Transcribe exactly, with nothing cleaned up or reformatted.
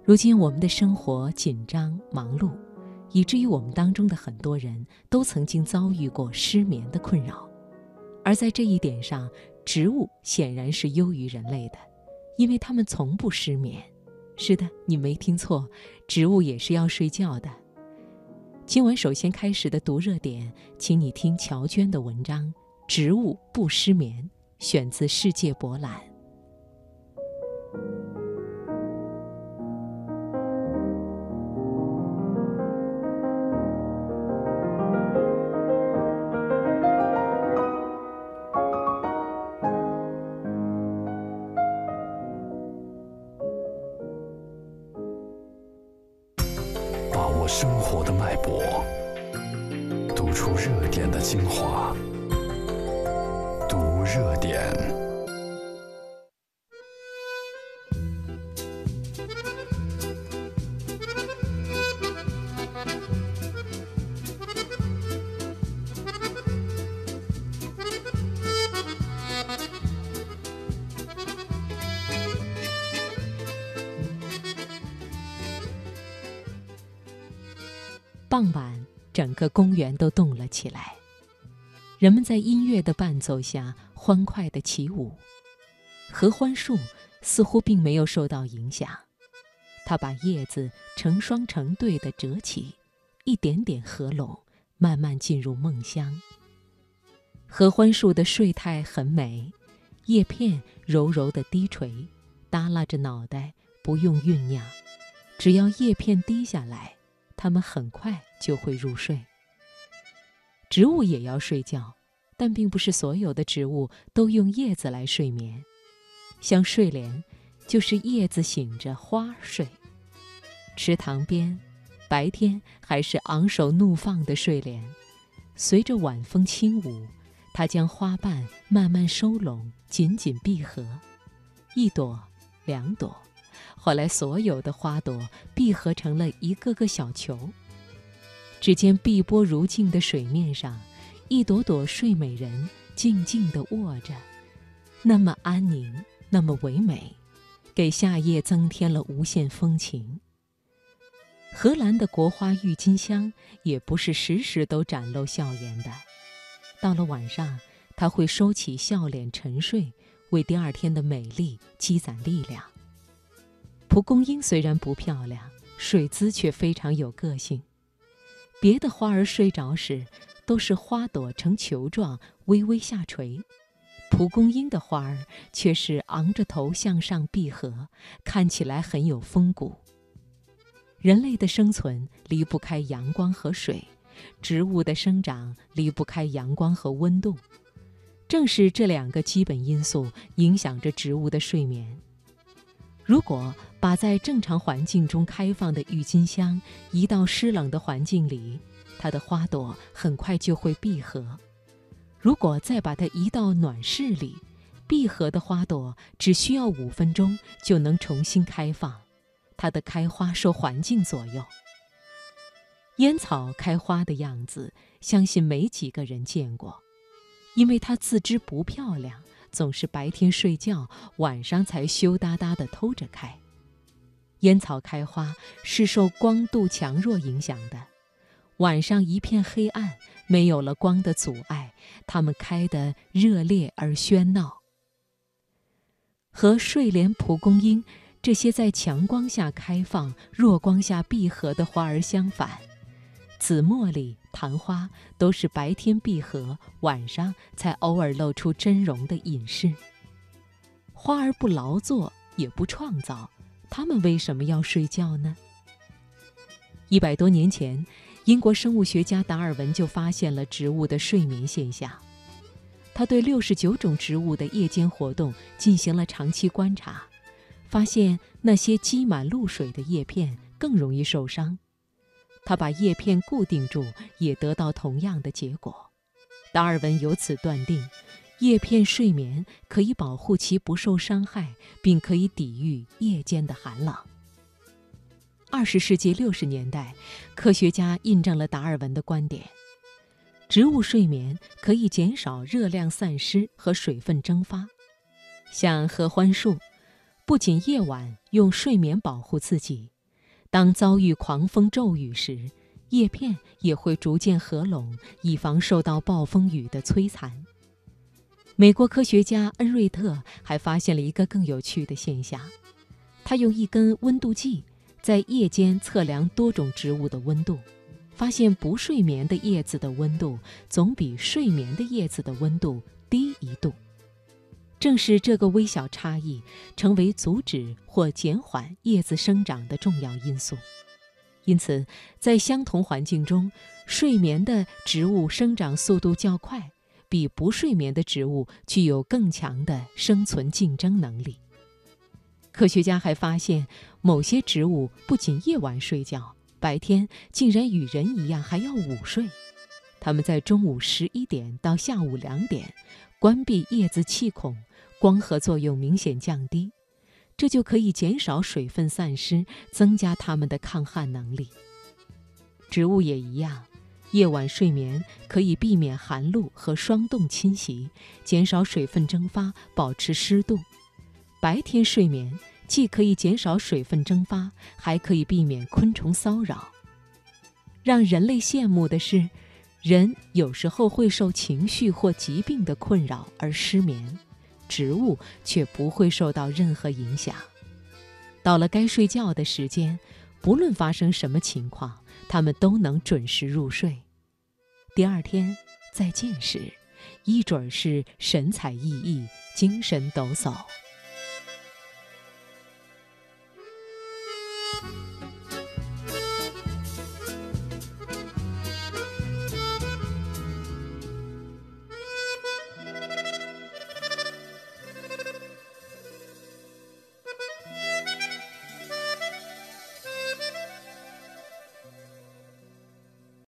如今我们的生活紧张忙碌，以至于我们当中的很多人都曾经遭遇过失眠的困扰。而在这一点上，植物显然是优于人类的，因为它们从不失眠。是的，你没听错，植物也是要睡觉的。今晚首先开始的读热点，请你听乔娟的文章《植物不失眠》，选自世界博览。 把握生活的脉搏，读出热点的精华。读热点。 傍晚，整个公园都动了起来，人们在音乐的伴奏下欢快地起舞。合欢树似乎并没有受到影响，它把叶子成双成对地折起，一点点合拢，慢慢进入梦乡。合欢树的睡态很美，叶片柔柔地低垂，耷拉着脑袋，不用酝酿，只要叶片低下来，它们很快就会入睡。植物也要睡觉，但并不是所有的植物都用叶子来睡眠。像睡莲，就是叶子醒着花睡。池塘边，白天还是昂首怒放的睡莲，随着晚风轻舞，它将花瓣慢慢收拢，紧紧闭合。一朵，两朵，后来所有的花朵闭合成了一个个小球。只见碧波如镜的水面上，一朵朵睡美人静静地卧着，那么安宁，那么唯美，给夏夜增添了无限风情。荷兰的国花郁金香也不是时时都展露笑颜的，到了晚上，它会收起笑脸沉睡，为第二天的美丽积攒力量。蒲公英虽然不漂亮，睡姿却非常有个性。别的花儿睡着时，都是花朵呈球状微微下垂，蒲公英的花儿却是昂着头向上闭合，看起来很有风骨。人类的生存离不开阳光和水，植物的生长离不开阳光和温度，正是这两个基本因素影响着植物的睡眠。如果把在正常环境中开放的郁金香移到湿冷的环境里，它的花朵很快就会闭合。如果再把它移到暖室里，闭合的花朵只需要五分钟就能重新开放。它的开花受环境左右。烟草开花的样子，相信没几个人见过，因为它自知不漂亮，总是白天睡觉，晚上才羞答答地偷着开。烟草开花是受光度强弱影响的，晚上一片黑暗，没有了光的阻碍，它们开得热烈而喧闹。和睡莲、蒲公英这些在强光下开放、弱光下闭合的花儿相反，紫茉莉、昙花都是白天闭合，晚上才偶尔露出真容的隐士。花儿不劳作，也不创造，它们为什么要睡觉呢？一百多年前，英国生物学家达尔文就发现了植物的睡眠现象。他对六十九种植物的夜间活动进行了长期观察，发现那些积满露水的叶片更容易受伤。他把叶片固定住，也得到同样的结果。达尔文由此断定，叶片睡眠可以保护其不受伤害，并可以抵御夜间的寒冷。二十世纪六十年代，科学家印证了达尔文的观点，植物睡眠可以减少热量散失和水分蒸发。像合欢树，不仅夜晚用睡眠保护自己， 当遭遇狂风骤雨时，叶片也会逐渐合拢，以防受到暴风雨的摧残。美国科学家恩瑞特还发现了一个更有趣的现象，他用一根温度计在夜间测量多种植物的温度，发现不睡眠的叶子的温度总比睡眠的叶子的温度低一度。正是这个微小差异，成为阻止或减缓叶子生长的重要因素。因此，在相同环境中，睡眠的植物生长速度较快，比不睡眠的植物具有更强的生存竞争能力。科学家还发现，某些植物不仅夜晚睡觉，白天竟然与人一样还要午睡。它们在中午十一点到下午两点关闭叶子气孔，光合作用明显降低，这就可以减少水分散失，增加它们的抗旱能力。植物也一样，夜晚睡眠可以避免寒露和霜冻侵袭，减少水分蒸发，保持湿度。白天睡眠既可以减少水分蒸发，还可以避免昆虫骚扰。让人类羡慕的是，人有时候会受情绪或疾病的困扰而失眠，植物却不会受到任何影响。到了该睡觉的时间，不论发生什么情况，它们都能准时入睡。第二天再见时，一准儿是神采奕奕，精神抖擞。